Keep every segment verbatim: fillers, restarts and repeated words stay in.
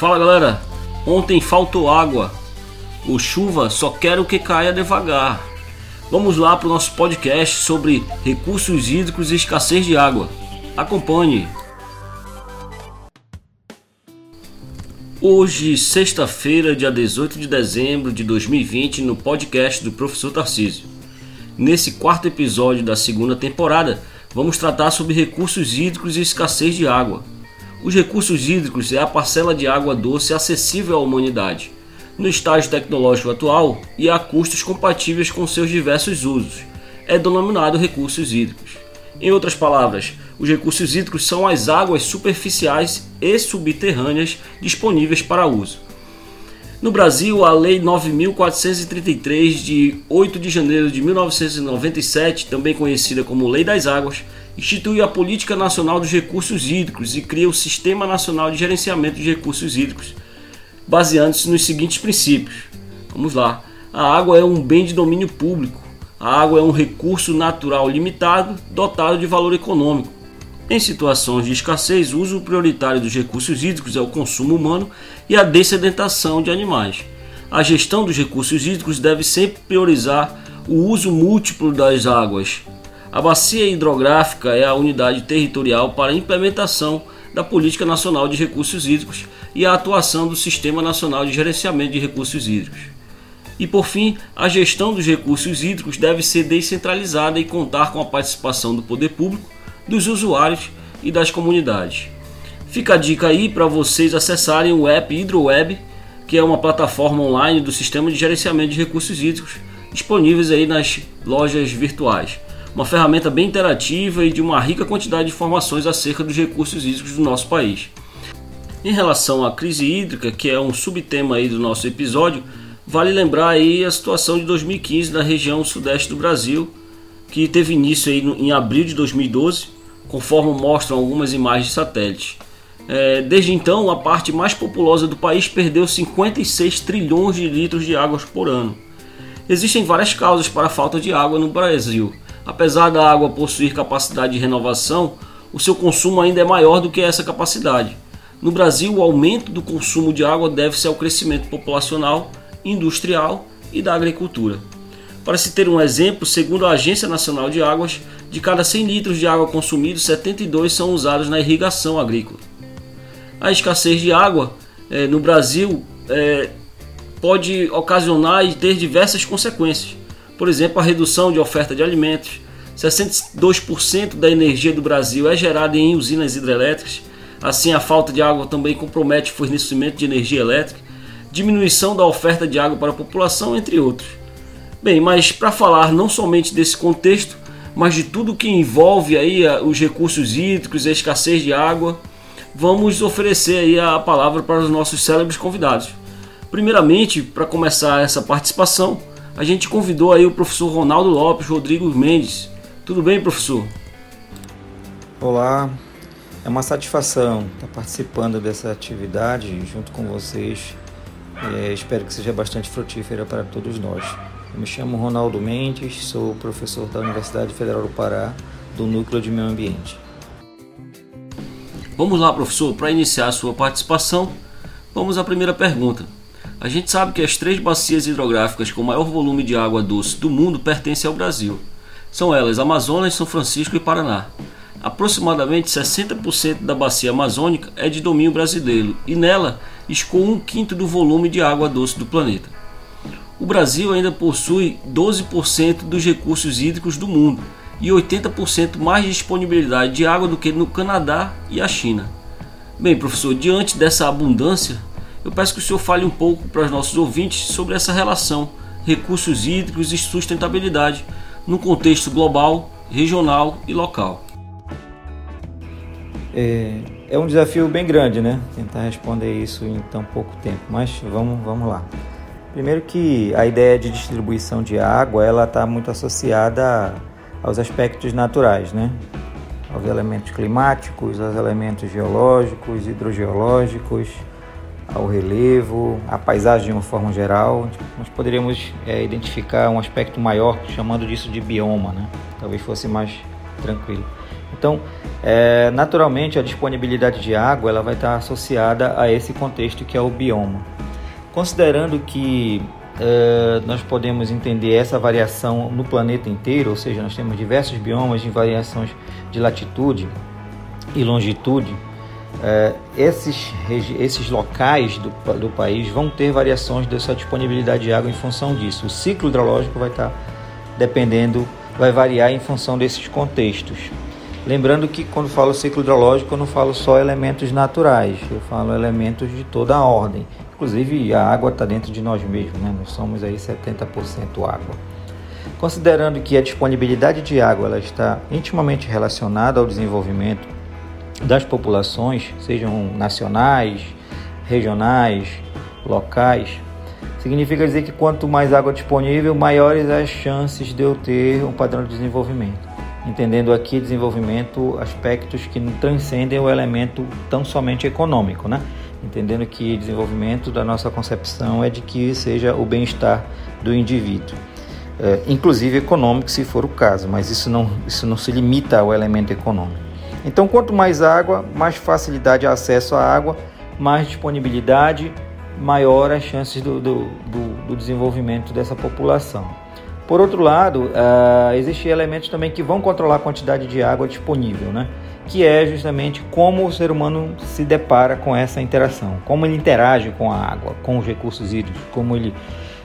Fala galera, ontem faltou água, ou chuva, só quero que caia devagar. Vamos lá para o nosso podcast sobre recursos hídricos e escassez de água. Acompanhe! Hoje, sexta-feira, dia dezoito de dezembro de dois mil e vinte, no podcast do professor Tarcísio. Nesse quarto episódio da segunda temporada, vamos tratar sobre recursos hídricos e escassez de água. Os recursos hídricos é a parcela de água doce acessível à humanidade, no estágio tecnológico atual e a custos compatíveis com seus diversos usos. É denominado recursos hídricos. Em outras palavras, os recursos hídricos são as águas superficiais e subterrâneas disponíveis para uso. No Brasil, a Lei nove mil quatrocentos e trinta e três, de oito de janeiro de mil novecentos e noventa e sete, também conhecida como Lei das Águas, institui a Política Nacional dos Recursos Hídricos e cria o Sistema Nacional de Gerenciamento de Recursos Hídricos, baseando-se nos seguintes princípios. Vamos lá. A água é um bem de domínio público. A água é um recurso natural limitado, dotado de valor econômico. Em situações de escassez, o uso prioritário dos recursos hídricos é o consumo humano e a dessedentação de animais. A gestão dos recursos hídricos deve sempre priorizar o uso múltiplo das águas. A bacia hidrográfica é a unidade territorial para a implementação da Política Nacional de Recursos Hídricos e a atuação do Sistema Nacional de Gerenciamento de Recursos Hídricos. E por fim, a gestão dos recursos hídricos deve ser descentralizada e contar com a participação do poder público, dos usuários e das comunidades. Fica a dica aí para vocês acessarem o app HidroWeb, que é uma plataforma online do Sistema de Gerenciamento de Recursos Hídricos, disponíveis aí nas lojas virtuais. Uma ferramenta bem interativa e de uma rica quantidade de informações acerca dos recursos hídricos do nosso país. Em relação à crise hídrica, que é um subtema aí do nosso episódio, vale lembrar aí a situação de dois mil e quinze na região sudeste do Brasil, que teve início aí no, em abril de dois mil e doze, conforme mostram algumas imagens de satélite. É, desde então, a parte mais populosa do país perdeu cinquenta e seis trilhões de litros de água por ano. Existem várias causas para a falta de água no Brasil. Apesar da água possuir capacidade de renovação, o seu consumo ainda é maior do que essa capacidade. No Brasil, o aumento do consumo de água deve-se ao crescimento populacional, industrial e da agricultura. Para se ter um exemplo, segundo a Agência Nacional de Águas, de cada cem litros de água consumidos, setenta e dois são usados na irrigação agrícola. A escassez de água eh, no Brasil eh, pode ocasionar e ter diversas consequências. Por exemplo, a redução de oferta de alimentos. sessenta e dois por cento da energia do Brasil é gerada em usinas hidrelétricas. Assim, a falta de água também compromete o fornecimento de energia elétrica, diminuição da oferta de água para a população, entre outros. Bem, mas para falar não somente desse contexto, mas de tudo que envolve aí os recursos hídricos e a escassez de água, vamos oferecer aí a palavra para os nossos célebres convidados. Primeiramente, para começar essa participação, a gente convidou aí o professor Ronaldo Lopes Rodrigo Mendes. Tudo bem, professor? Olá, é uma satisfação estar participando dessa atividade junto com vocês. É, espero que seja bastante frutífera para todos nós. Eu me chamo Ronaldo Mendes, sou professor da Universidade Federal do Pará, do Núcleo de Meio Ambiente. Vamos lá, professor, para iniciar a sua participação, vamos à primeira pergunta. A gente sabe que as três bacias hidrográficas com maior volume de água doce do mundo pertencem ao Brasil. São elas Amazonas, São Francisco e Paraná. Aproximadamente sessenta por cento da bacia amazônica é de domínio brasileiro e nela escoa um quinto do volume de água doce do planeta. O Brasil ainda possui doze por cento dos recursos hídricos do mundo e oitenta por cento mais de disponibilidade de água do que no Canadá e a China. Bem, professor, diante dessa abundância, eu peço que o senhor fale um pouco para os nossos ouvintes sobre essa relação recursos hídricos e sustentabilidade no contexto global, regional e local. É, é um desafio bem grande, né? Tentar responder isso em tão pouco tempo, mas vamos, vamos lá. Primeiro que a ideia de distribuição de água, ela está muito associada aos aspectos naturais, né? Aos elementos climáticos, aos elementos geológicos, hidrogeológicos, ao relevo, à paisagem de uma forma geral. Nós poderíamos é, identificar um aspecto maior chamando disso de bioma, né? Talvez fosse mais tranquilo. Então, é, naturalmente, a disponibilidade de água ela vai estar associada a esse contexto que é o bioma. Considerando que é, nós podemos entender essa variação no planeta inteiro, ou seja, nós temos diversos biomas em variações de latitude e longitude, é, esses, esses locais do, do país vão ter variações dessa disponibilidade de água em função disso. O ciclo hidrológico vai estar dependendo, vai variar em função desses contextos. Lembrando que quando falo ciclo hidrológico eu não falo só elementos naturais, eu falo elementos de toda a ordem. Inclusive a água está dentro de nós mesmos, né? Nós somos aí setenta por cento água. Considerando que a disponibilidade de água ela está intimamente relacionada ao desenvolvimento das populações, sejam nacionais, regionais, locais, significa dizer que quanto mais água disponível, maiores as chances de eu ter um padrão de desenvolvimento. Entendendo aqui desenvolvimento, aspectos que não transcendem o elemento tão somente econômico, né? Entendendo que desenvolvimento da nossa concepção é de que seja o bem-estar do indivíduo, é, inclusive econômico se for o caso, mas isso não, isso não se limita ao elemento econômico. Então, quanto mais água, mais facilidade de acesso à água, mais disponibilidade, maior as chances do, do, do, do desenvolvimento dessa população. Por outro lado, uh, existem elementos também que vão controlar a quantidade de água disponível, né? Que é justamente como o ser humano se depara com essa interação, como ele interage com a água, com os recursos hídricos, como ele,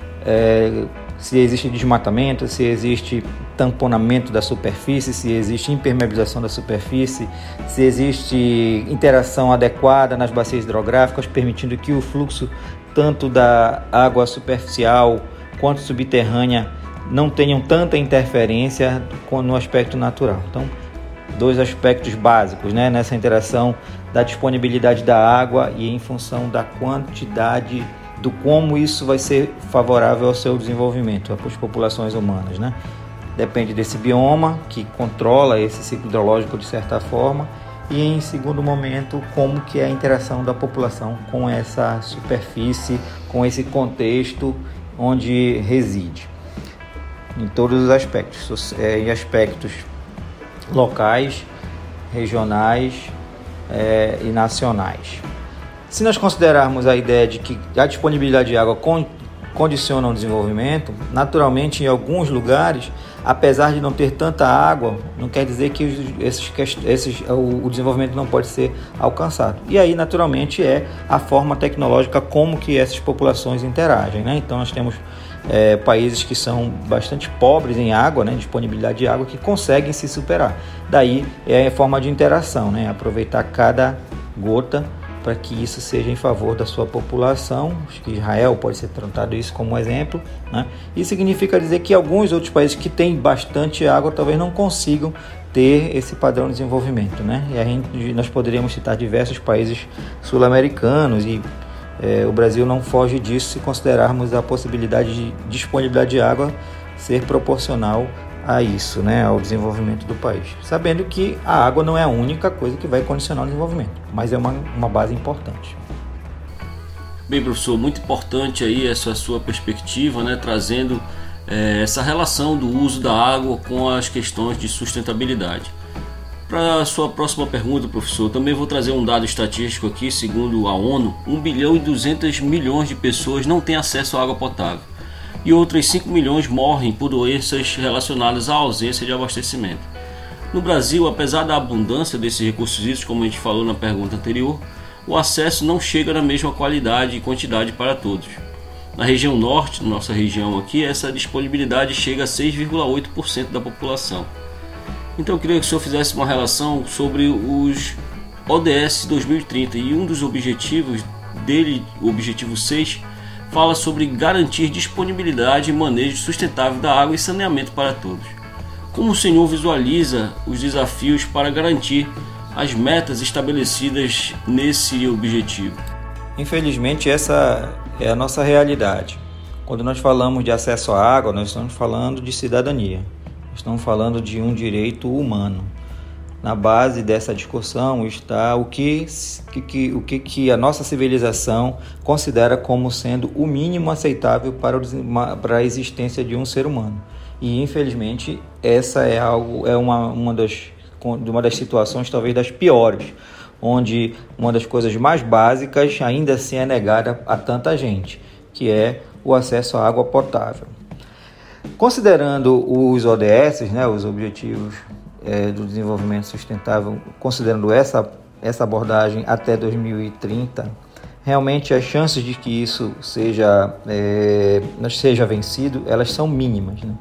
é, se existe desmatamento, se existe tamponamento da superfície, se existe impermeabilização da superfície, se existe interação adequada nas bacias hidrográficas, permitindo que o fluxo tanto da água superficial quanto subterrânea não tenham tanta interferência no aspecto natural. Então, dois aspectos básicos, né, nessa interação da disponibilidade da água e em função da quantidade, do como isso vai ser favorável ao seu desenvolvimento, às populações humanas, né? Depende desse bioma que controla esse ciclo hidrológico de certa forma e, em segundo momento, como que é a interação da população com essa superfície, com esse contexto onde reside. Em todos os aspectos, em aspectos locais, regionais é, e nacionais. Se nós considerarmos a ideia de que a disponibilidade de água con- condiciona o desenvolvimento, naturalmente em alguns lugares, apesar de não ter tanta água, não quer dizer que esses, esses, o, o desenvolvimento não pode ser alcançado. E aí, naturalmente, é a forma tecnológica como que essas populações interagem, né? Então, nós temos É, países que são bastante pobres em água, né, disponibilidade de água, que conseguem se superar. Daí é a forma de interação, né, aproveitar cada gota para que isso seja em favor da sua população. Acho que Israel pode ser tratado isso como um exemplo, né? Isso significa dizer que alguns outros países que têm bastante água talvez não consigam ter esse padrão de desenvolvimento, né? E a gente, nós poderíamos citar diversos países sul-americanos e É, o Brasil não foge disso se considerarmos a possibilidade de disponibilidade de água ser proporcional a isso, né, ao desenvolvimento do país. Sabendo que a água não é a única coisa que vai condicionar o desenvolvimento, mas é uma, uma base importante. Bem, professor, muito importante aí essa sua perspectiva, né, trazendo é, essa relação do uso da água com as questões de sustentabilidade. Para a sua próxima pergunta, professor, também vou trazer um dado estatístico aqui. Segundo a ONU, um bilhão e duzentos milhões de pessoas não têm acesso à água potável e outras cinco milhões morrem por doenças relacionadas à ausência de abastecimento. No Brasil, apesar da abundância desses recursos hídricos, como a gente falou na pergunta anterior, o acesso não chega na mesma qualidade e quantidade para todos. Na região norte, na nossa região aqui, essa disponibilidade chega a seis vírgula oito por cento da população. Então eu queria que o senhor fizesse uma relação sobre os O D S dois mil e trinta e um dos objetivos dele, o objetivo seis, fala sobre garantir disponibilidade e manejo sustentável da água e saneamento para todos. Como o senhor visualiza os desafios para garantir as metas estabelecidas nesse objetivo? Infelizmente, essa é a nossa realidade. Quando nós falamos de acesso à água, nós estamos falando de cidadania. Estamos falando de um direito humano. Na base dessa discussão está o que, que, o que, que a nossa civilização considera como sendo o mínimo aceitável para, o, para a existência de um ser humano. E, infelizmente, essa é, algo, é uma, uma das de uma das situações talvez das piores, onde uma das coisas mais básicas ainda assim é negada a tanta gente, que é o acesso à água potável. Considerando os O D S, né, os Objetivos é, do Desenvolvimento Sustentável, considerando essa, essa abordagem até dois mil e trinta, realmente as chances de que isso seja, é, seja vencido, elas são mínimas, né?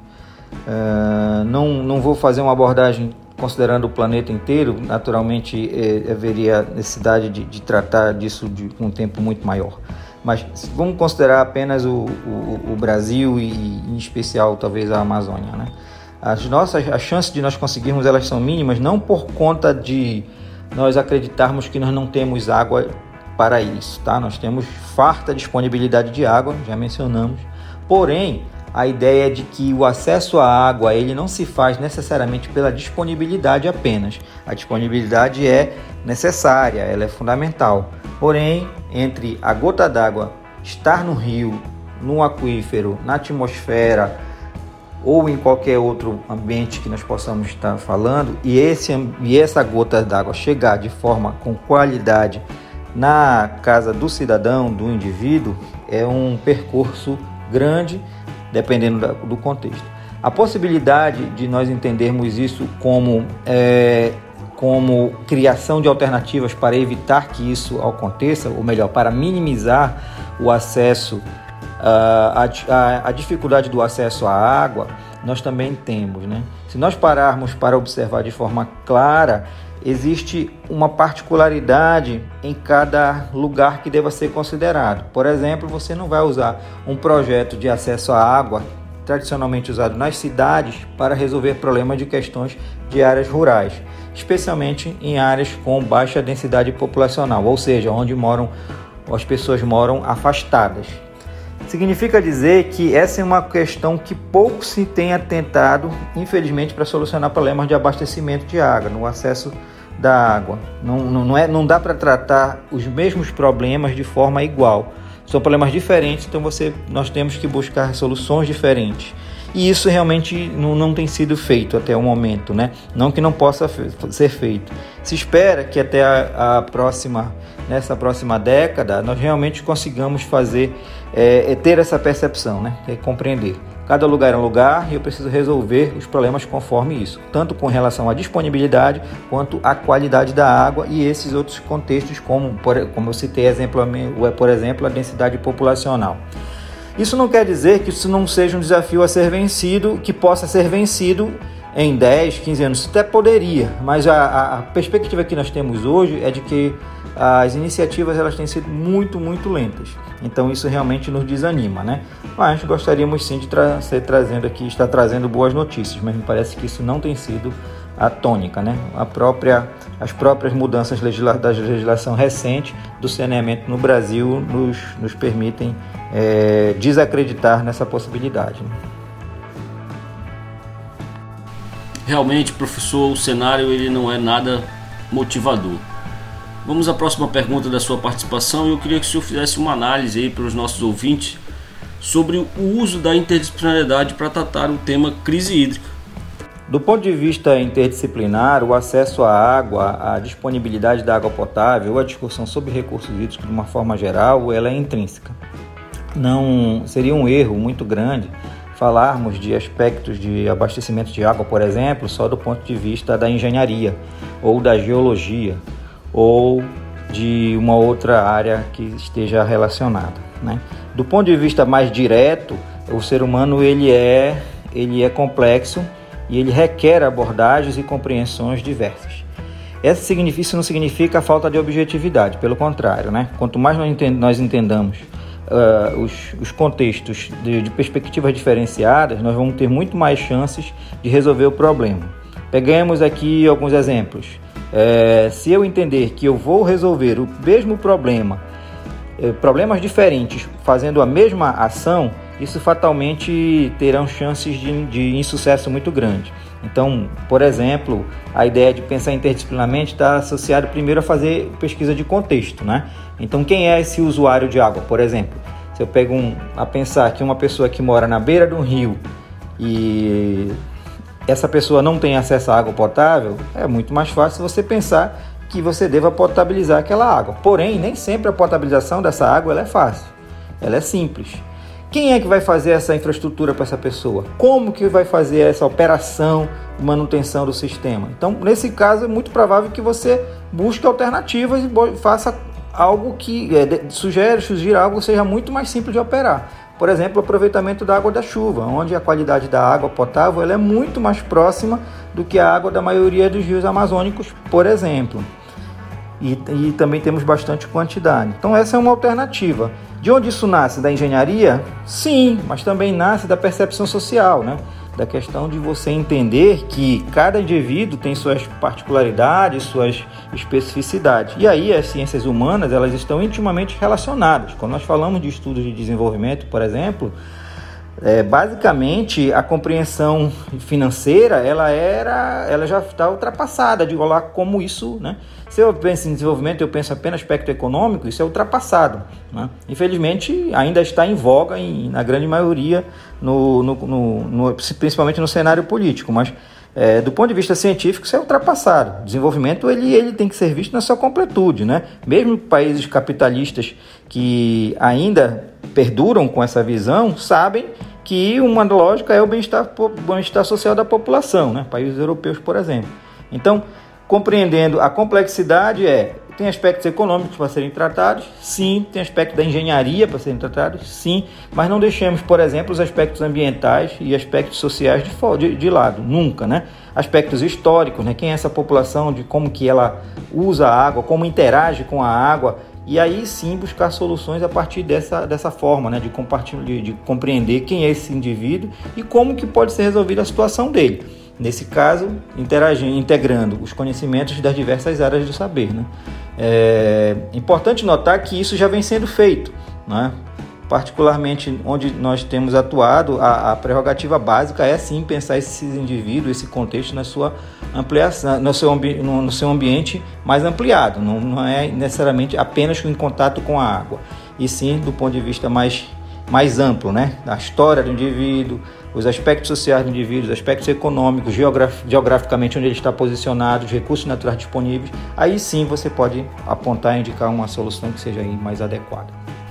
Uh, não, não vou fazer uma abordagem considerando o planeta inteiro, naturalmente é, haveria necessidade de, de tratar disso de um tempo muito maior. Mas vamos considerar apenas o, o, o Brasil e, em especial, talvez a Amazônia, né? As nossas, as chances de nós conseguirmos, elas são mínimas, não por conta de nós acreditarmos que nós não temos água para isso, tá? Nós temos farta disponibilidade de água, já mencionamos, porém, a ideia é de que o acesso à água ele não se faz necessariamente pela disponibilidade apenas. A disponibilidade é necessária, ela é fundamental. Porém, entre a gota d'água estar no rio, no aquífero, na atmosfera ou em qualquer outro ambiente que nós possamos estar falando, e, esse, e essa gota d'água chegar de forma com qualidade na casa do cidadão, do indivíduo, é um percurso grande, dependendo do contexto. A possibilidade de nós entendermos isso como, é, como criação de alternativas para evitar que isso aconteça, ou melhor, para minimizar o acesso, a, a, a dificuldade do acesso à água, nós também temos, né? Se nós pararmos para observar de forma clara, existe uma particularidade em cada lugar que deva ser considerado. Por exemplo, você não vai usar um projeto de acesso à água tradicionalmente usado nas cidades para resolver problemas de questões de áreas rurais, especialmente em áreas com baixa densidade populacional, ou seja, onde moram, as pessoas moram afastadas. Significa dizer que essa é uma questão que pouco se tem atentado, infelizmente, para solucionar problemas de abastecimento de água, no acesso da água. Não, não, é, não dá para tratar os mesmos problemas de forma igual. São problemas diferentes, então você, nós temos que buscar soluções diferentes. E isso realmente não, não tem sido feito até o momento, né? Não que não possa ser feito. Se espera que até a, a próxima, nessa próxima década, nós realmente consigamos fazer, é, é ter essa percepção, né? É compreender. Cada lugar é um lugar e eu preciso resolver os problemas conforme isso, tanto com relação à disponibilidade quanto à qualidade da água e esses outros contextos, como, por, como eu citei, exemplo, por exemplo, a densidade populacional. Isso não quer dizer que isso não seja um desafio a ser vencido, que possa ser vencido em dez, quinze anos. Isso até poderia, mas a, a perspectiva que nós temos hoje é de que as iniciativas elas têm sido muito, muito lentas. Então isso realmente nos desanima, né? Mas gostaríamos sim de tra- ser trazendo aqui, estar trazendo boas notícias, mas me parece que isso não tem sido a tônica, né? A própria, as próprias mudanças legisla- da legislação recente do saneamento no Brasil nos, nos permitem é, desacreditar nessa possibilidade. Realmente, professor, o cenário ele não é nada motivador. Vamos à próxima pergunta da sua participação e eu queria que o senhor fizesse uma análise aí para os nossos ouvintes sobre o uso da interdisciplinaridade para tratar o tema crise hídrica. Do ponto de vista interdisciplinar, o acesso à água, a disponibilidade da água potável, a discussão sobre recursos hídricos de uma forma geral, ela é intrínseca. Não seria um erro muito grande falarmos de aspectos de abastecimento de água, por exemplo, só do ponto de vista da engenharia ou da geologia ou de uma outra área que esteja relacionada, né? Do ponto de vista mais direto, o ser humano ele é, ele é complexo e ele requer abordagens e compreensões diversas. Essa significa, isso não significa a falta de objetividade, pelo contrário, né? Quanto mais nós entendamos uh, os, os contextos de, de perspectivas diferenciadas, nós vamos ter muito mais chances de resolver o problema. Peguemos aqui alguns exemplos. É, se eu entender que eu vou resolver o mesmo problema, é, problemas diferentes, fazendo a mesma ação, isso fatalmente terão chances de, de insucesso muito grande. Então, por exemplo, a ideia de pensar interdisciplinarmente está associada primeiro a fazer pesquisa de contexto, né? Então, quem é esse usuário de água, por exemplo? Se eu pego um, a pensar que uma pessoa que mora na beira de um rio e essa pessoa não tem acesso à água potável, é muito mais fácil você pensar que você deva potabilizar aquela água. Porém, nem sempre a potabilização dessa água ela é fácil, ela é simples. Quem é que vai fazer essa infraestrutura para essa pessoa? Como que vai fazer essa operação e manutenção do sistema? Então, nesse caso, é muito provável que você busque alternativas e faça algo que é, sugere, sugira algo que seja muito mais simples de operar. Por exemplo, o aproveitamento da água da chuva, onde a qualidade da água potável ela é muito mais próxima do que a água da maioria dos rios amazônicos, por exemplo. E, e também temos bastante quantidade. Então essa é uma alternativa. De onde isso nasce? Da engenharia? Sim, mas também nasce da percepção social, né? Da questão de você entender que cada indivíduo tem suas particularidades, suas especificidades. E aí as ciências humanas elas estão intimamente relacionadas. Quando nós falamos de estudos de desenvolvimento, por exemplo, é, basicamente a compreensão financeira ela, era, ela já está ultrapassada, de olhar como isso, né? Se eu penso em desenvolvimento, eu penso apenas no aspecto econômico, isso é ultrapassado, né? Infelizmente, ainda está em voga, em, na grande maioria, no, no, no, no, principalmente no cenário político, mas é, do ponto de vista científico, isso é ultrapassado. O desenvolvimento ele, ele tem que ser visto na sua completude, né? Mesmo países capitalistas que ainda perduram com essa visão, sabem que uma lógica é o bem-estar, bem-estar social da população, né? Países europeus, por exemplo. Então, compreendendo a complexidade, é, tem aspectos econômicos para serem tratados, sim, tem aspecto da engenharia para serem tratados, sim, mas não deixemos, por exemplo, os aspectos ambientais e aspectos sociais de, de, de lado, nunca, né? Aspectos históricos, né? Quem é essa população, de como que ela usa a água, como interage com a água, e aí sim buscar soluções a partir dessa, dessa forma, né? de, compartilhar, de, de compreender quem é esse indivíduo e como que pode ser resolvida a situação dele. Nesse caso, interagindo, integrando os conhecimentos das diversas áreas do saber, né? É importante notar que isso já vem sendo feito, né? Particularmente onde nós temos atuado, a, a prerrogativa básica é sim pensar esses indivíduos, esse contexto na sua ampliação, no seu, ambi- no, no seu ambiente mais ampliado, não, não é necessariamente apenas em contato com a água, e sim do ponto de vista mais, mais amplo, né? Da história do indivíduo, os aspectos sociais do indivíduo, os aspectos econômicos, geograf- geograficamente onde ele está posicionado, os recursos naturais disponíveis, aí sim você pode apontar e indicar uma solução que seja aí mais adequada.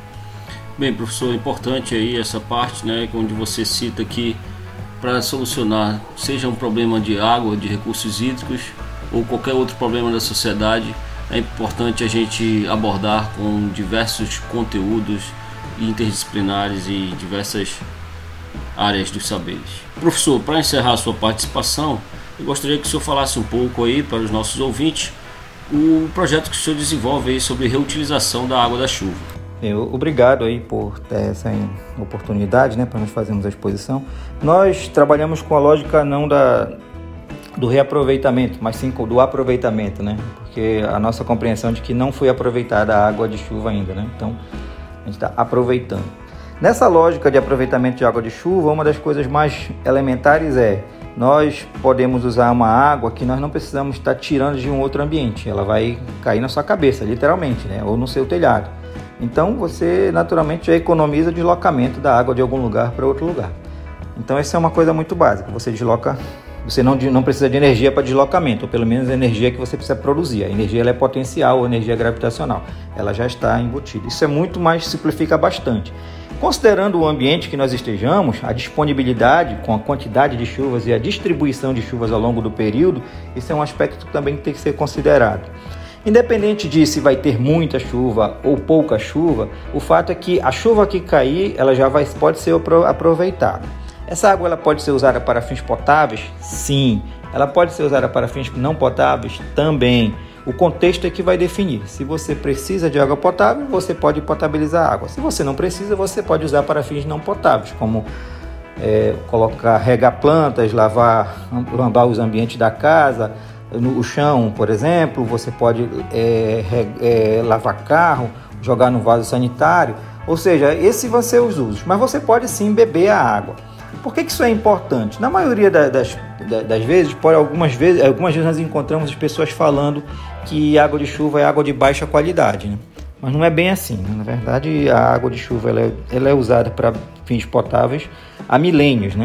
Bem, professor, é importante aí essa parte, né, onde você cita que para solucionar, seja um problema de água, de recursos hídricos ou qualquer outro problema da sociedade, é importante a gente abordar com diversos conteúdos interdisciplinares e diversas áreas dos saberes. Professor, para encerrar a sua participação, eu gostaria que o senhor falasse um pouco aí para os nossos ouvintes o projeto que o senhor desenvolve aí sobre reutilização da água da chuva. Eu, obrigado aí por ter essa oportunidade, né, para nós fazermos a exposição. Nós trabalhamos com a lógica não da, do reaproveitamento, mas sim do aproveitamento, né, porque a nossa compreensão de que não foi aproveitada a água de chuva ainda, né, então a gente está aproveitando. Nessa lógica de aproveitamento de água de chuva, uma das coisas mais elementares é nós podemos usar uma água que nós não precisamos estar tirando de um outro ambiente, ela vai cair na sua cabeça, literalmente, né, ou no seu telhado. Então você naturalmente já economiza o deslocamento da água de algum lugar para outro lugar. Então essa é uma coisa muito básica, você desloca, você não, não precisa de energia para deslocamento, ou pelo menos a energia que você precisa produzir. A energia ela é potencial, ou energia gravitacional, ela já está embutida. Isso é muito mais, simplifica bastante. Considerando o ambiente que nós estejamos, a disponibilidade com a quantidade de chuvas e a distribuição de chuvas ao longo do período, isso é um aspecto que também tem que ser considerado. Independente de se vai ter muita chuva ou pouca chuva, o fato é que a chuva que cair, ela já vai, pode ser aproveitada. Essa água ela pode ser usada para fins potáveis? Sim. Ela pode ser usada para fins não potáveis? Também. O contexto é que vai definir. Se você precisa de água potável, você pode potabilizar a água. Se você não precisa, você pode usar para fins não potáveis, como é, colocar, regar plantas, lavar, lavar os ambientes da casa, no chão, por exemplo. Você pode é, é, lavar carro, jogar no vaso sanitário. Ou seja, esses vão ser os usos. Mas você pode sim beber a água. Por que que isso é importante? Na maioria das, das, das vezes, por algumas vezes, algumas vezes nós encontramos as pessoas falando que água de chuva é água de baixa qualidade, né? Mas não é bem assim, né? Na verdade, a água de chuva ela é, ela é usada para fins potáveis há milênios, né?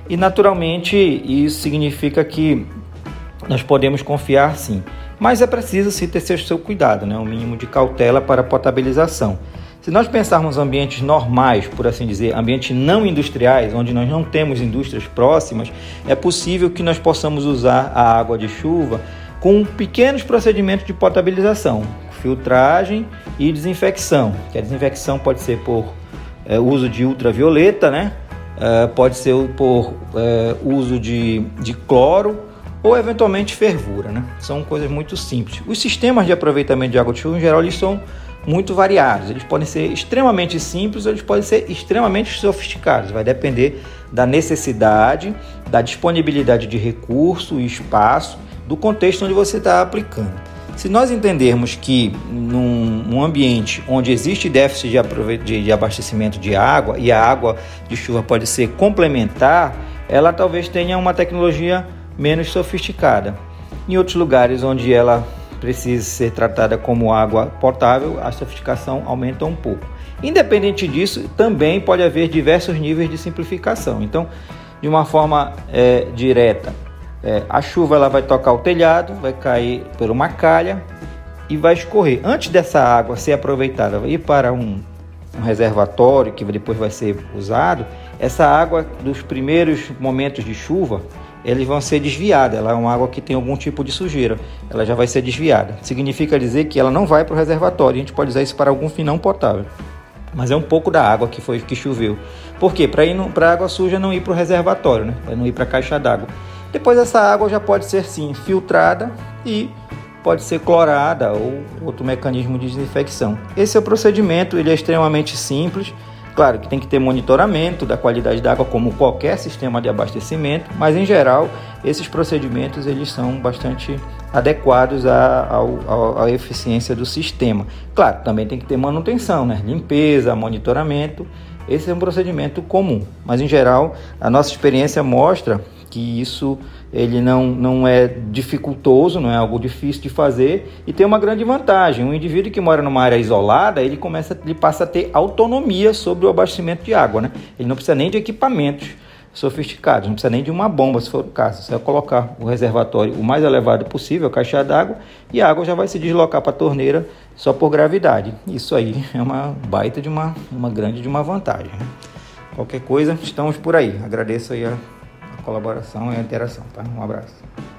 E naturalmente isso significa que nós podemos confiar sim, mas é preciso se ter seu cuidado, né? Um mínimo de cautela para a potabilização. Se nós pensarmos ambientes normais, por assim dizer, ambientes não industriais, onde nós não temos indústrias próximas, é possível que nós possamos usar a água de chuva com pequenos procedimentos de potabilização, filtragem e desinfecção. Que a desinfecção pode ser por é, uso de ultravioleta, né? É, pode ser por é, uso de, de cloro ou eventualmente fervura, né? São coisas muito simples. Os sistemas de aproveitamento de água de chuva, em geral, eles são muito variados. Eles podem ser extremamente simples ou eles podem ser extremamente sofisticados. Vai depender da necessidade, da disponibilidade de recurso e espaço, do contexto onde você está aplicando. Se nós entendermos que num, num ambiente onde existe déficit de, aprove- de, de abastecimento de água e a água de chuva pode ser complementar, ela talvez tenha uma tecnologia menos sofisticada. Em outros lugares onde ela precisa ser tratada como água potável, a sofisticação aumenta um pouco. Independente disso, também pode haver diversos níveis de simplificação. Então, de uma forma é, direta, é, a chuva ela vai tocar o telhado, vai cair por uma calha e vai escorrer. Antes dessa água ser aproveitada e ir para um, um reservatório que depois vai ser usado, essa água dos primeiros momentos de chuva, eles vão ser desviadas. Ela é uma água que tem algum tipo de sujeira, ela já vai ser desviada. Significa dizer que ela não vai para o reservatório. A gente pode usar isso para algum fim não potável, mas é um pouco da água que foi que choveu. Por quê? Para ir para a água suja não ir para o reservatório, né? Para não ir para a caixa d'água. Depois essa água já pode ser sim filtrada e pode ser clorada ou outro mecanismo de desinfecção. Esse é o procedimento, ele é extremamente simples. Claro que tem que ter monitoramento da qualidade da água, como qualquer sistema de abastecimento, mas em geral esses procedimentos eles são bastante adequados à, à, à eficiência do sistema. Claro, também tem que ter manutenção, né? Limpeza, monitoramento, esse é um procedimento comum, mas em geral a nossa experiência mostra que isso ele não, não é dificultoso, não é algo difícil de fazer e tem uma grande vantagem. Um indivíduo que mora numa área isolada, ele, começa, ele passa a ter autonomia sobre o abastecimento de água, né? Ele não precisa nem de equipamentos sofisticados, não precisa nem de uma bomba, se for o caso. Você vai colocar o reservatório o mais elevado possível, a caixa d'água, e a água já vai se deslocar para a torneira só por gravidade. Isso aí é uma baita de uma, uma grande de uma vantagem, né? Qualquer coisa, estamos por aí. Agradeço aí a colaboração e a interação, tá? Um abraço.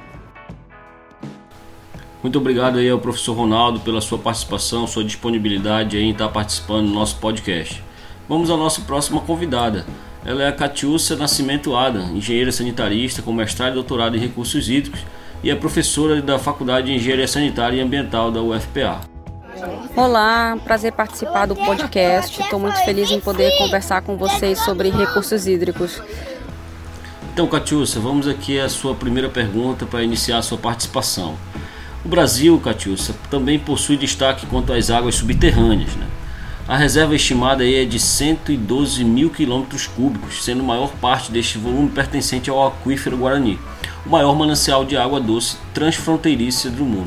Muito obrigado aí ao professor Ronaldo pela sua participação, sua disponibilidade aí em estar participando do nosso podcast. Vamos à nossa próxima convidada. Ela é a Catiúcia Nascimento Adam, engenheira sanitarista com mestrado e doutorado em recursos hídricos e é professora da Faculdade de Engenharia Sanitária e Ambiental da U F P A. Olá, prazer participar do podcast. Estou muito feliz em poder conversar com vocês sobre recursos hídricos. Então, Catiúcia, vamos aqui à sua primeira pergunta para iniciar a sua participação. O Brasil, Catiúcia, também possui destaque quanto às águas subterrâneas, né? A reserva estimada aí é de cento e doze mil quilômetros cúbicos, sendo a maior parte deste volume pertencente ao aquífero Guarani, o maior manancial de água doce transfronteiriça do mundo.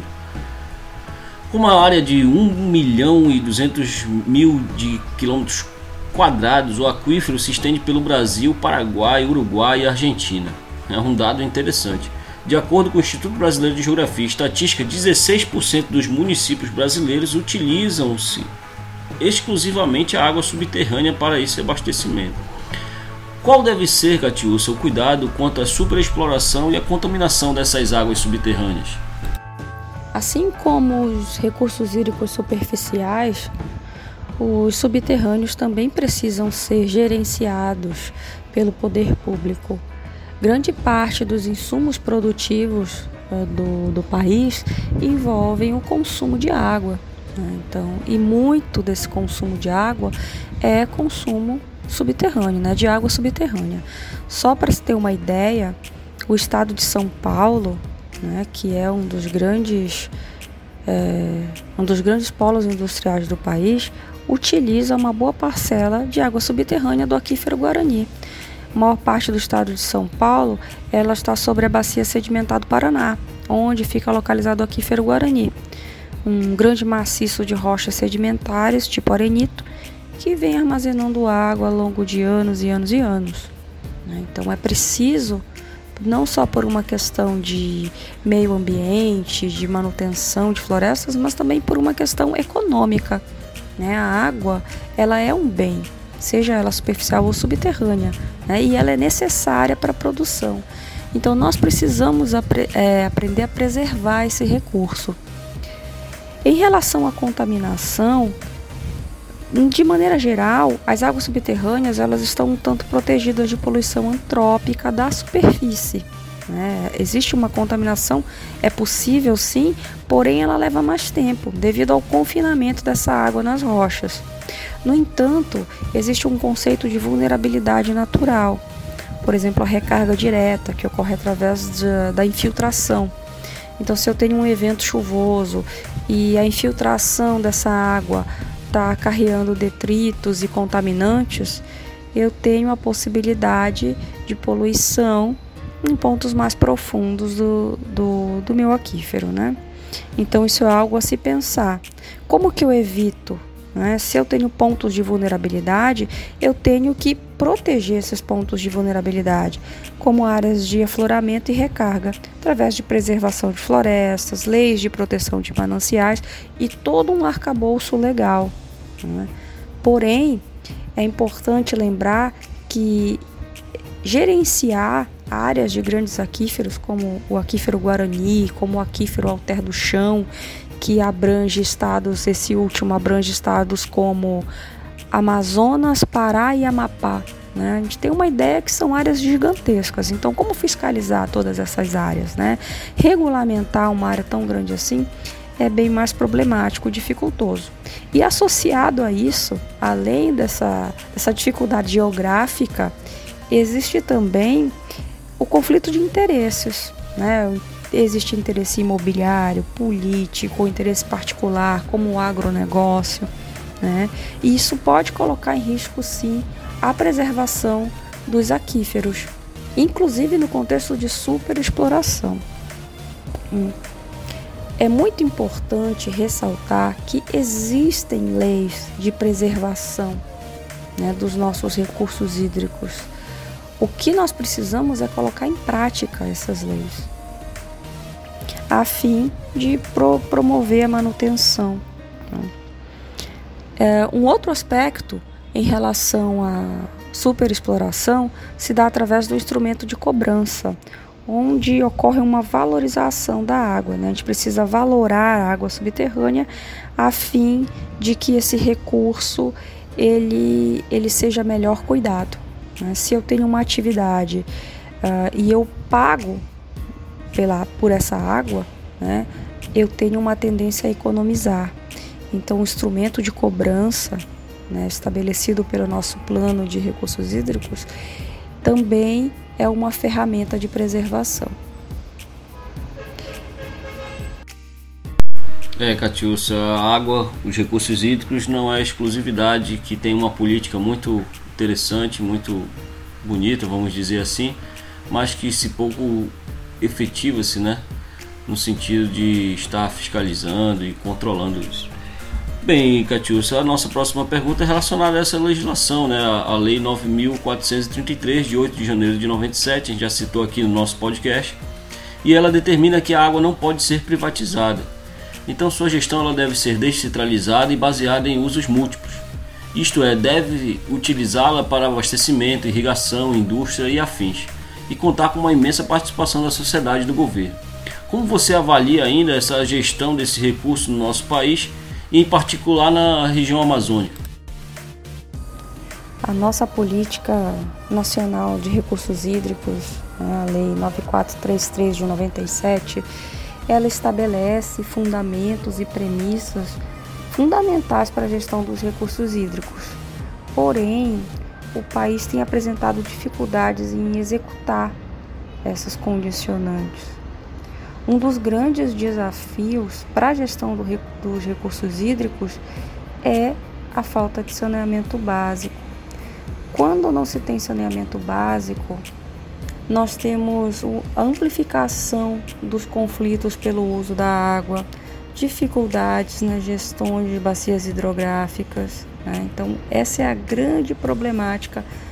Com uma área de um milhão e duzentos mil de quilômetros quadrados, o aquífero se estende pelo Brasil, Paraguai, Uruguai e Argentina. É um dado interessante. De acordo com o Instituto Brasileiro de Geografia e Estatística, dezesseis por cento dos municípios brasileiros utilizam-se exclusivamente a água subterrânea para esse abastecimento. Qual deve ser, Catiúcia, o cuidado quanto à superexploração e à contaminação dessas águas subterrâneas? Assim como os recursos hídricos superficiais, os subterrâneos também precisam ser gerenciados pelo poder público. Grande parte dos insumos produtivos uh, do, do país envolvem o consumo de água, né? Então, e muito desse consumo de água é consumo subterrâneo, né? De água subterrânea. Só para se ter uma ideia, o estado de São Paulo, né, que é um dos grandes, é, um dos grandes polos industriais do país, utiliza uma boa parcela de água subterrânea do aquífero Guarani. A maior parte do estado de São Paulo ela está sobre a bacia sedimentar do Paraná, onde fica localizado o aquífero Guarani, um grande maciço de rochas sedimentares, tipo arenito, que vem armazenando água ao longo de anos e anos e anos. né? Então é preciso, não só por uma questão de meio ambiente, de manutenção de florestas, mas também por uma questão econômica, né? A água, ela é um bem, seja ela superficial ou subterrânea, né? E ela é necessária para a produção. Então nós precisamos apre- é, aprender a preservar esse recurso. Em relação à contaminação, de maneira geral, as águas subterrâneas elas estão um tanto protegidas de poluição antrópica da superfície, né? Existe uma contaminação, é possível sim, porém ela leva mais tempo, devido ao confinamento dessa água nas rochas. No entanto, existe um conceito de vulnerabilidade natural, por exemplo, a recarga direta, que ocorre através de, da infiltração. Então, se eu tenho um evento chuvoso e a infiltração dessa água está acarreando detritos e contaminantes, eu tenho a possibilidade de poluição em pontos mais profundos do, do, do meu aquífero, né? Então isso é algo a se pensar. Como que eu evito? Né? Se eu tenho pontos de vulnerabilidade, eu tenho que proteger esses pontos de vulnerabilidade, como áreas de afloramento e recarga, através de preservação de florestas, leis de proteção de mananciais e todo um arcabouço legal. Né? Porém, é importante lembrar que gerenciar áreas de grandes aquíferos, como o aquífero Guarani, como o aquífero Alter do Chão, que abrange estados, esse último abrange estados como Amazonas, Pará e Amapá, né? A gente tem uma ideia que são áreas gigantescas, então como fiscalizar todas essas áreas, né? Regulamentar uma área tão grande assim é bem mais problemático, dificultoso. E associado a isso, além dessa, dessa dificuldade geográfica, existe também o conflito de interesses, né? Existe interesse imobiliário, político, interesse particular, como o agronegócio, né? E isso pode colocar em risco, sim, a preservação dos aquíferos, inclusive no contexto de superexploração. Hum. É muito importante ressaltar que existem leis de preservação, né, dos nossos recursos hídricos. O que nós precisamos é colocar em prática essas leis, a fim de pro, promover a manutenção. É, um outro aspecto em relação à superexploração se dá através do instrumento de cobrança, onde ocorre uma valorização da água, né? A gente precisa valorar a água subterrânea a fim de que esse recurso ele, ele seja melhor cuidado, né? Se eu tenho uma atividade uh, e eu pago pela, por essa água, né, eu tenho uma tendência a economizar. Então o instrumento de cobrança, né, estabelecido pelo nosso plano de recursos hídricos também é uma ferramenta de preservação. É, Catiúcia, a água, os recursos hídricos não é exclusividade, que tem uma política muito interessante, muito bonita, vamos dizer assim, mas que se pouco efetiva-se, né, no sentido de estar fiscalizando e controlando isso. Bem, Catiúcia, a nossa próxima pergunta é relacionada a essa legislação, né? A Lei nove mil quatrocentos e trinta e três, de oito de janeiro de noventa e sete, a gente já citou aqui no nosso podcast, e ela determina que a água não pode ser privatizada. Então sua gestão ela deve ser descentralizada e baseada em usos múltiplos. Isto é, deve utilizá-la para abastecimento, irrigação, indústria e afins, e contar com uma imensa participação da sociedade e do governo. Como você avalia ainda essa gestão desse recurso no nosso país, e em particular na região amazônica? A nossa política nacional de recursos hídricos, né, a Lei nove mil quatrocentos e trinta e três de noventa e sete, ela estabelece fundamentos e premissas fundamentais para a gestão dos recursos hídricos. Porém, o país tem apresentado dificuldades em executar essas condicionantes. Um dos grandes desafios para a gestão do, dos recursos hídricos é a falta de saneamento básico. Quando não se tem saneamento básico, nós temos a amplificação dos conflitos pelo uso da água, dificuldades na gestão de bacias hidrográficas, né? Então, essa é a grande problemática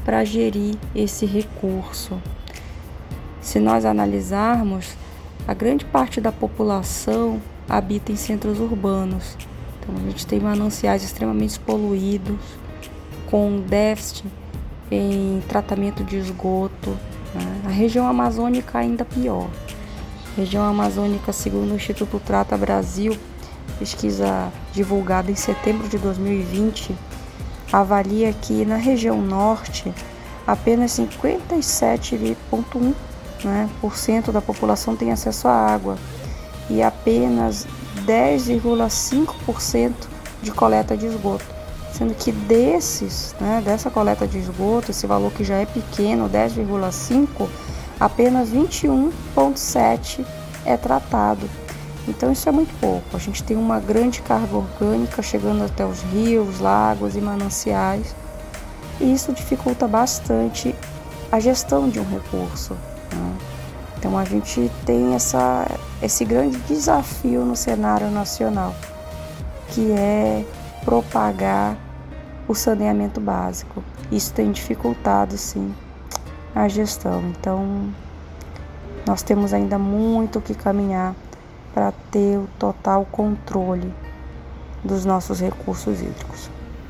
para gerir esse recurso. Se nós analisarmos, a grande parte da população habita em centros urbanos. Então a gente tem mananciais extremamente poluídos, com déficit em tratamento de esgoto, né? A região amazônica ainda pior. A região amazônica, segundo o Instituto Trata Brasil, pesquisa divulgada em setembro de dois mil e vinte, avalia que na região norte apenas cinquenta e sete vírgula um, né, por cento da população tem acesso à água e apenas dez vírgula cinco por cento de coleta de esgoto, sendo que desses, né, dessa coleta de esgoto, esse valor que já é pequeno, dez vírgula cinco, apenas vinte e um vírgula sete é tratado. Então isso é muito pouco. A gente tem uma grande carga orgânica chegando até os rios, lagos e mananciais, e isso dificulta bastante a gestão de um recurso, né? Então a gente tem essa, esse grande desafio no cenário nacional, que é propagar o saneamento básico. Isso tem dificultado, sim, a gestão. Então nós temos ainda muito que caminhar para ter o total controle dos nossos recursos hídricos.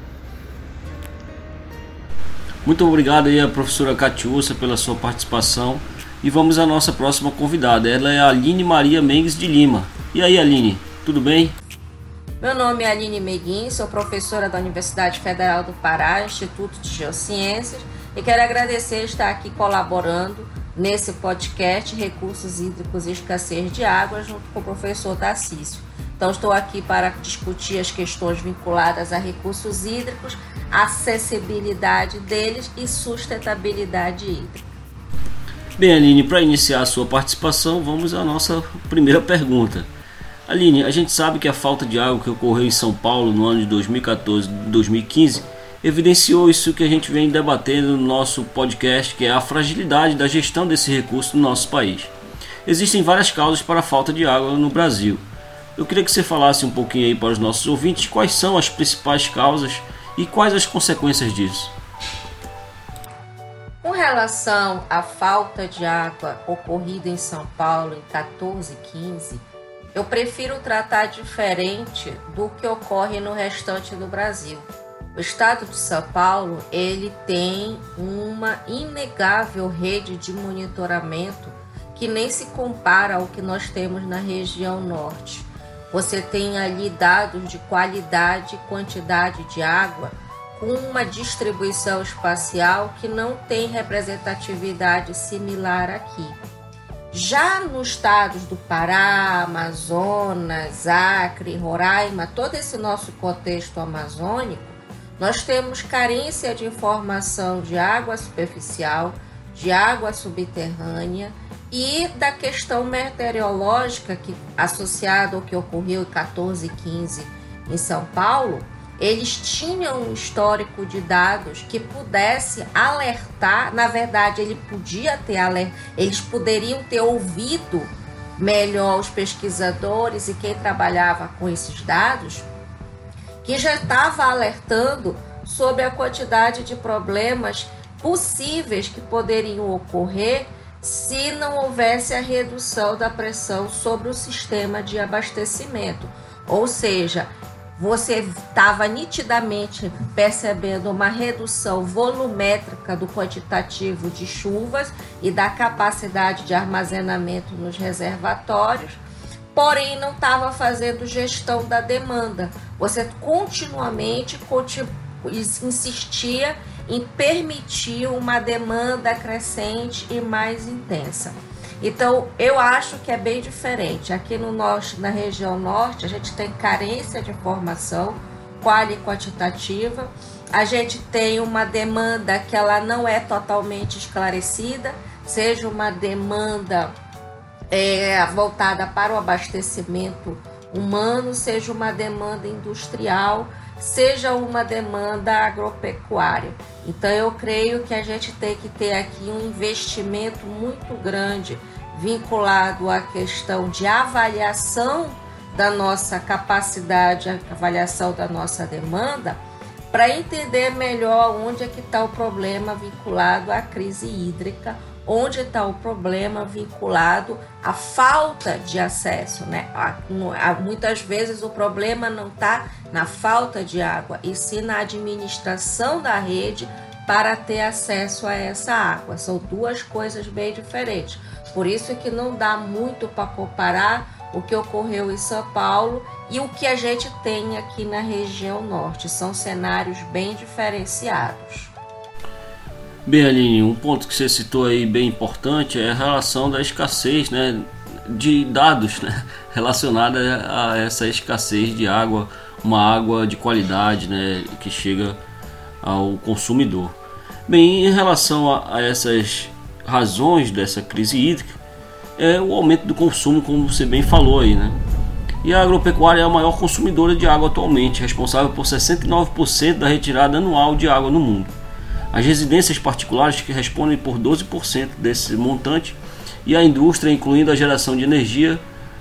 Muito obrigado aí a professora Catiúcia pela sua participação. E vamos à nossa próxima convidada. Ela é a Aline Maria Mengues de Lima. E aí, Aline, tudo bem? Meu nome é Aline Meguin, sou professora da Universidade Federal do Pará, Instituto de Geociências, e quero agradecer estar aqui colaborando nesse podcast Recursos Hídricos e Escassez de Água, junto com o professor Tarcísio. Então, estou aqui para discutir as questões vinculadas a recursos hídricos, acessibilidade deles e sustentabilidade hídrica. Bem, Aline, para iniciar a sua participação, vamos à nossa primeira pergunta. Aline, a gente sabe que a falta de água que ocorreu em São Paulo no ano de dois mil e quatorze e dois mil e quinze evidenciou isso que a gente vem debatendo no nosso podcast, que é a fragilidade da gestão desse recurso no nosso país. Existem várias causas para a falta de água no Brasil. Eu queria que você falasse um pouquinho aí para os nossos ouvintes quais são as principais causas e quais as consequências disso. Com relação à falta de água ocorrida em São Paulo em quatorze e quinze, eu prefiro tratar diferente do que ocorre no restante do Brasil. O estado de São Paulo, ele tem uma inegável rede de monitoramento que nem se compara ao que nós temos na região norte. Você tem ali dados de qualidade e quantidade de água com uma distribuição espacial que não tem representatividade similar aqui. Já nos estados do Pará, Amazonas, Acre, Roraima, todo esse nosso contexto amazônico, nós temos carência de informação de água superficial, de água subterrânea e da questão meteorológica que, associada ao que ocorreu em quatorze e quinze em São Paulo. Eles tinham um histórico de dados que pudesse alertar, na verdade ele podia ter alerta, eles poderiam ter ouvido melhor os pesquisadores e quem trabalhava com esses dados, que já estava alertando sobre a quantidade de problemas possíveis que poderiam ocorrer se não houvesse a redução da pressão sobre o sistema de abastecimento. Ou seja, você estava nitidamente percebendo uma redução volumétrica do quantitativo de chuvas e da capacidade de armazenamento nos reservatórios, porém não estava fazendo gestão da demanda. Você continuamente continu- insistia em permitir uma demanda crescente e mais intensa. Então, eu acho que é bem diferente. Aqui no norte, na região norte, a gente tem carência de informação qual e quantitativa. A gente tem uma demanda que ela não é totalmente esclarecida, seja uma demanda é, voltada para o abastecimento humano, seja uma demanda industrial, seja uma demanda agropecuária. Então, eu creio que a gente tem que ter aqui um investimento muito grande vinculado à questão de avaliação da nossa capacidade, avaliação da nossa demanda, para entender melhor onde é que está o problema vinculado à crise hídrica, onde está o problema vinculado à falta de acesso, né? Muitas vezes o problema não está na falta de água, e sim na administração da rede para ter acesso a essa água. São duas coisas bem diferentes. Por isso que não dá muito para comparar o que ocorreu em São Paulo e o que a gente tem aqui na região norte. São cenários bem diferenciados. Bem, Aline, um ponto que você citou aí bem importante é a relação da escassez, né, de dados, né, relacionada a essa escassez de água, uma água de qualidade, né, que chega ao consumidor. Bem, em relação a, a essas razões dessa crise hídrica, é o aumento do consumo, como você bem falou aí, né? E a agropecuária é a maior consumidora de água atualmente, responsável por sessenta e nove por cento da retirada anual de água no mundo. As residências particulares que respondem por doze por cento desse montante e a indústria, incluindo a geração de energia,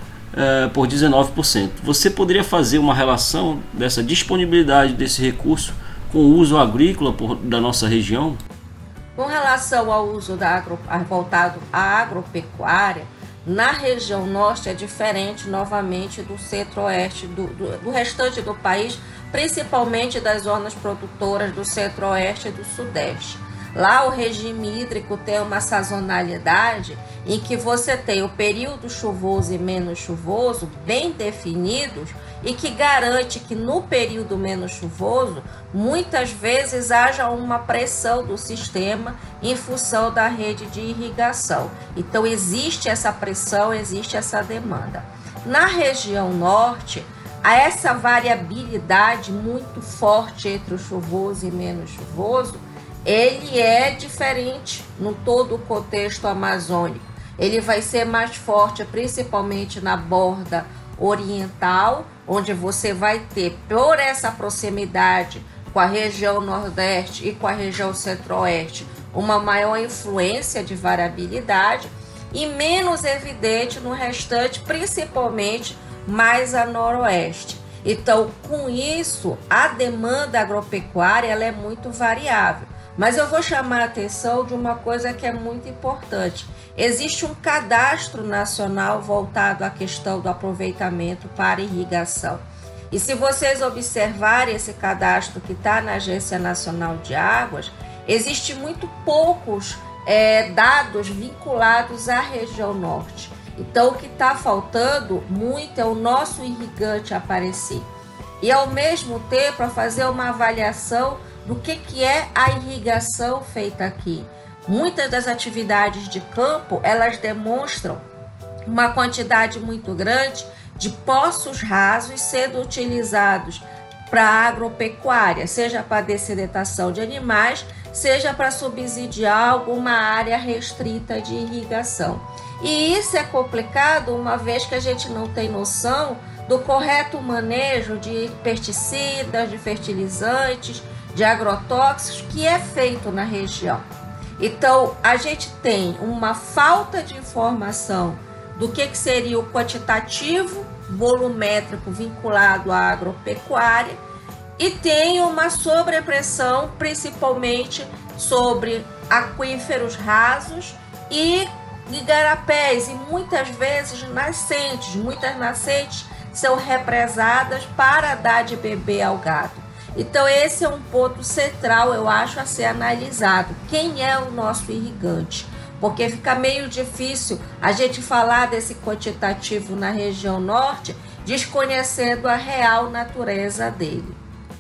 é, por dezenove por cento. Você poderia fazer uma relação dessa disponibilidade desse recurso com o uso agrícola por, da nossa região? Com relação ao uso da agro, voltado à agropecuária, na região norte é diferente novamente do centro-oeste, do, do, do restante do país, principalmente das zonas produtoras do centro-oeste e do sudeste. Lá o regime hídrico tem uma sazonalidade em que você tem o período chuvoso e menos chuvoso bem definidos e que garante que no período menos chuvoso muitas vezes haja uma pressão do sistema em função da rede de irrigação. Então existe essa pressão, existe essa demanda. Na região norte, há essa variabilidade muito forte entre o chuvoso e menos chuvoso. Ele é diferente no todo o contexto amazônico. Ele vai ser mais forte principalmente na borda oriental, onde você vai ter, por essa proximidade com a região nordeste e com a região centro-oeste, uma maior influência de variabilidade, e menos evidente no restante, principalmente mais a noroeste. Então, com isso, a demanda agropecuária ela é muito variável. Mas eu vou chamar a atenção de uma coisa que é muito importante. Existe um cadastro nacional voltado à questão do aproveitamento para irrigação. E se vocês observarem esse cadastro que está na Agência Nacional de Águas, existe muito poucos é, dados vinculados à região norte. Então, o que está faltando muito é o nosso irrigante aparecer. E, ao mesmo tempo, a fazer uma avaliação do que, que é a irrigação feita aqui. Muitas das atividades de campo, elas demonstram uma quantidade muito grande de poços rasos sendo utilizados para a agropecuária, seja para dessedentação de animais, seja para subsidiar alguma área restrita de irrigação. E isso é complicado, uma vez que a gente não tem noção do correto manejo de pesticidas, de fertilizantes, de agrotóxicos que é feito na região. Então, a gente tem uma falta de informação do que, que seria o quantitativo volumétrico vinculado à agropecuária e tem uma sobrepressão, principalmente sobre aquíferos rasos e igarapés, e muitas vezes nascentes. Muitas nascentes são represadas para dar de beber ao gado. Então esse é um ponto central, eu acho, a ser analisado. Quem é o nosso irrigante? Porque fica meio difícil a gente falar desse quantitativo na região norte, desconhecendo a real natureza dele.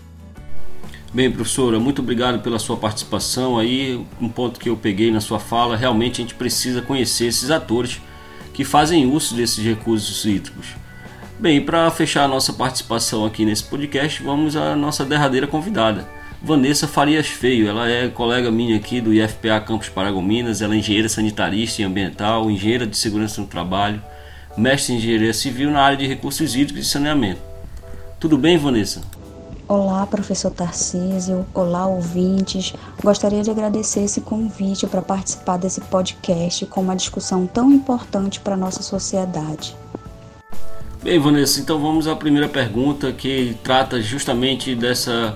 Bem, professora, muito obrigado pela sua participação aí. Um ponto que eu peguei na sua fala, realmente a gente precisa conhecer esses atores que fazem uso desses recursos hídricos. Bem, para fechar a nossa participação aqui nesse podcast, vamos à nossa derradeira convidada, Vanessa Farias Feio. Ela é colega minha aqui do I F P A Campus Paragominas, ela é engenheira sanitarista e ambiental, engenheira de segurança no trabalho, mestre em engenharia civil na área de recursos hídricos e saneamento. Tudo bem, Vanessa? Olá, professor Tarcísio. Olá, ouvintes. Gostaria de agradecer esse convite para participar desse podcast com uma discussão tão importante para a nossa sociedade. Bem, Vanessa, então vamos à primeira pergunta, que trata justamente dessa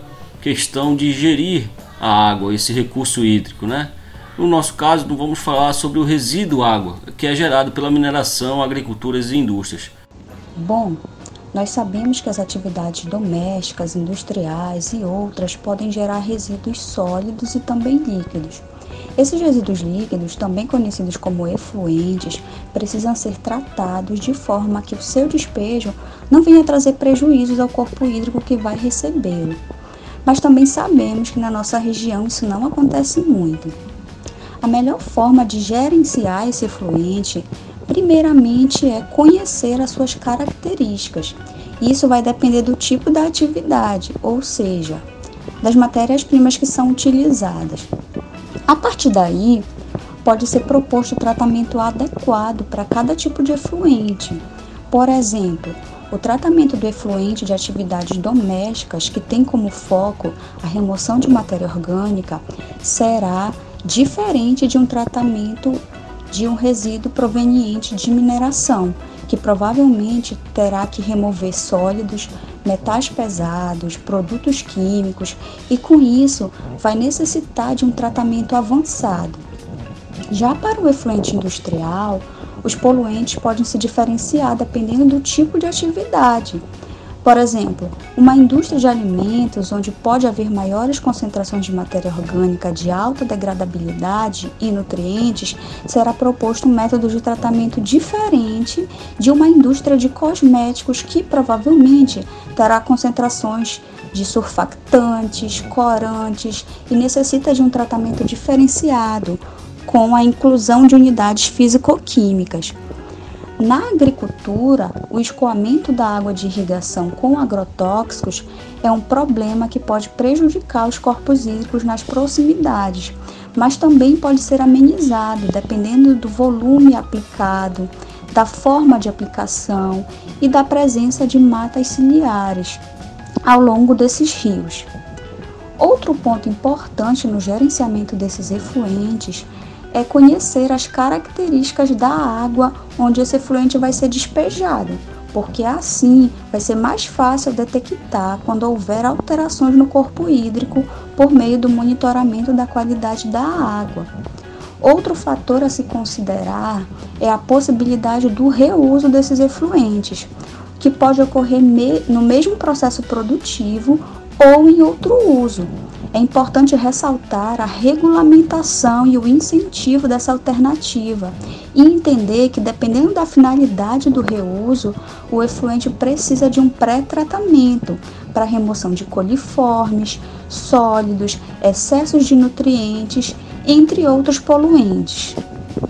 questão de gerir a água, esse recurso hídrico, né? No nosso caso, vamos falar sobre o resíduo água, que é gerado pela mineração, agriculturas e indústrias. Bom, nós sabemos que as atividades domésticas, industriais e outras podem gerar resíduos sólidos e também líquidos. Esses resíduos líquidos, também conhecidos como efluentes, precisam ser tratados de forma que o seu despejo não venha trazer prejuízos ao corpo hídrico que vai recebê-lo. Mas também sabemos que na nossa região isso não acontece muito. A melhor forma de gerenciar esse efluente, primeiramente, é conhecer as suas características. Isso vai depender do tipo da atividade, ou seja, das matérias-primas que são utilizadas. A partir daí, pode ser proposto o tratamento adequado para cada tipo de efluente. Por exemplo, o tratamento do efluente de atividades domésticas, que tem como foco a remoção de matéria orgânica, será diferente de um tratamento de um resíduo proveniente de mineração, que provavelmente terá que remover sólidos, metais pesados, produtos químicos e, com isso, vai necessitar de um tratamento avançado. Já para o efluente industrial, os poluentes podem se diferenciar dependendo do tipo de atividade. Por exemplo, uma indústria de alimentos, onde pode haver maiores concentrações de matéria orgânica de alta degradabilidade e nutrientes, será proposto um método de tratamento diferente de uma indústria de cosméticos que provavelmente terá concentrações de surfactantes, corantes e necessita de um tratamento diferenciado, com a inclusão de unidades físico-químicas. Na agricultura, o escoamento da água de irrigação com agrotóxicos é um problema que pode prejudicar os corpos hídricos nas proximidades, mas também pode ser amenizado dependendo do volume aplicado, da forma de aplicação e da presença de matas ciliares ao longo desses rios. Outro ponto importante no gerenciamento desses efluentes é conhecer as características da água onde esse efluente vai ser despejado, porque assim vai ser mais fácil detectar quando houver alterações no corpo hídrico por meio do monitoramento da qualidade da água. Outro fator a se considerar é a possibilidade do reuso desses efluentes, que pode ocorrer no mesmo processo produtivo ou em outro uso. É importante ressaltar a regulamentação e o incentivo dessa alternativa e entender que, dependendo da finalidade do reuso, o efluente precisa de um pré-tratamento para remoção de coliformes, sólidos, excessos de nutrientes, entre outros poluentes.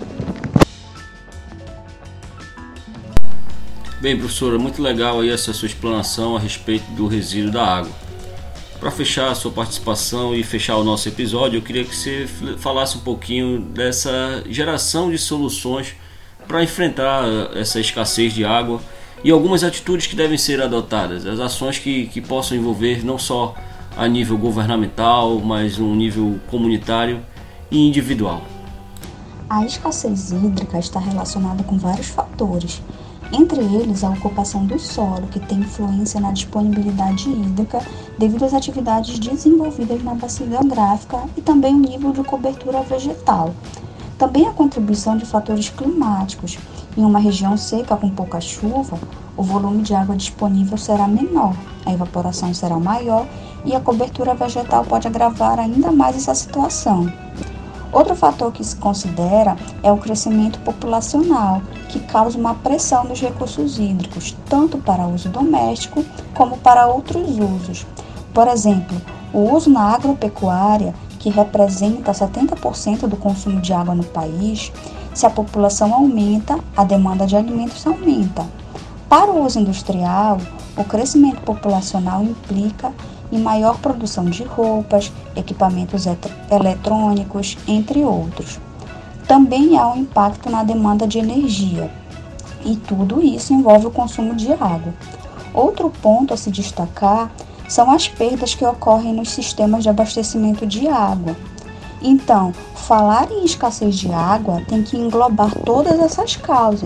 Bem, professora, muito legal aí essa sua explanação a respeito do resíduo da água. Para fechar a sua participação e fechar o nosso episódio, eu queria que você falasse um pouquinho dessa geração de soluções para enfrentar essa escassez de água e algumas atitudes que devem ser adotadas, as ações que, que possam envolver não só a nível governamental, mas um nível comunitário e individual. A escassez hídrica está relacionada com vários fatores, entre eles a ocupação do solo, que tem influência na disponibilidade hídrica devido às atividades desenvolvidas na bacia hidrográfica e também o nível de cobertura vegetal. Também a contribuição de fatores climáticos. Em uma região seca com pouca chuva, o volume de água disponível será menor, a evaporação será maior e a cobertura vegetal pode agravar ainda mais essa situação. Outro fator que se considera é o crescimento populacional, que causa uma pressão nos recursos hídricos, tanto para uso doméstico como para outros usos. Por exemplo, o uso na agropecuária, que representa setenta por cento do consumo de água no país, se a população aumenta, a demanda de alimentos aumenta. Para o uso industrial, o crescimento populacional implica em maior produção de roupas, equipamentos eletrônicos, entre outros. Também há um impacto na demanda de energia, e tudo isso envolve o consumo de água. Outro ponto a se destacar são as perdas que ocorrem nos sistemas de abastecimento de água. Então, falar em escassez de água tem que englobar todas essas causas,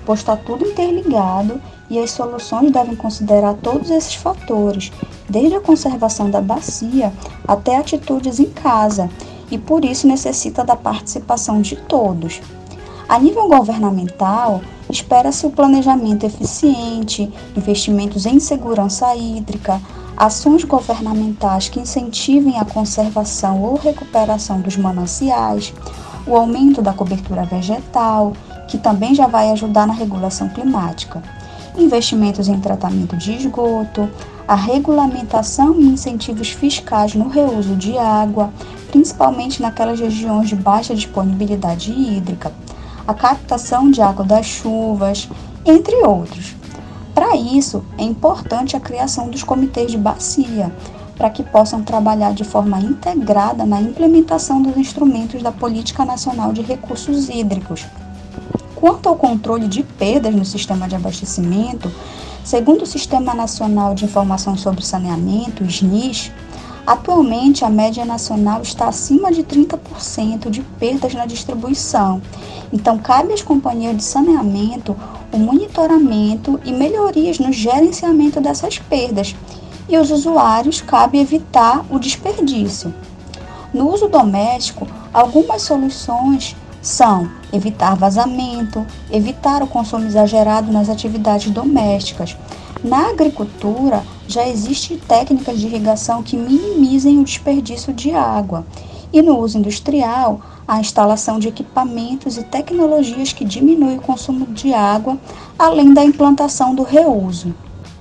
pois está tudo interligado e as soluções devem considerar todos esses fatores, desde a conservação da bacia até atitudes em casa, e por isso necessita da participação de todos. A nível governamental, espera-se o planejamento eficiente, investimentos em segurança hídrica, ações governamentais que incentivem a conservação ou recuperação dos mananciais, o aumento da cobertura vegetal, que também já vai ajudar na regulação climática, investimentos em tratamento de esgoto, a regulamentação e incentivos fiscais no reuso de água, principalmente naquelas regiões de baixa disponibilidade hídrica, a captação de água das chuvas, entre outros. Para isso, é importante a criação dos comitês de bacia, para que possam trabalhar de forma integrada na implementação dos instrumentos da Política Nacional de Recursos Hídricos. Quanto ao controle de perdas no sistema de abastecimento, segundo o Sistema Nacional de Informação sobre Saneamento, o S N I S, atualmente a média nacional está acima de trinta por cento de perdas na distribuição. Então, cabe às companhias de saneamento o monitoramento e melhorias no gerenciamento dessas perdas, e aos usuários cabe evitar o desperdício. No uso doméstico, algumas soluções são evitar vazamento, evitar o consumo exagerado nas atividades domésticas. Na agricultura, já existem técnicas de irrigação que minimizem o desperdício de água. E no uso industrial, a instalação de equipamentos e tecnologias que diminuem o consumo de água, além da implantação do reuso.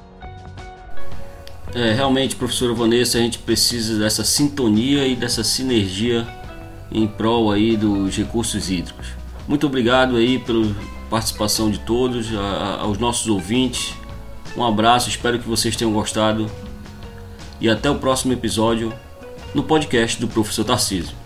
É, realmente, professora Vanessa, a gente precisa dessa sintonia e dessa sinergia em prol aí dos recursos hídricos. Muito obrigado aí pela participação de todos, a, aos nossos ouvintes. Um abraço, espero que vocês tenham gostado e até o próximo episódio no podcast do professor Tarcísio.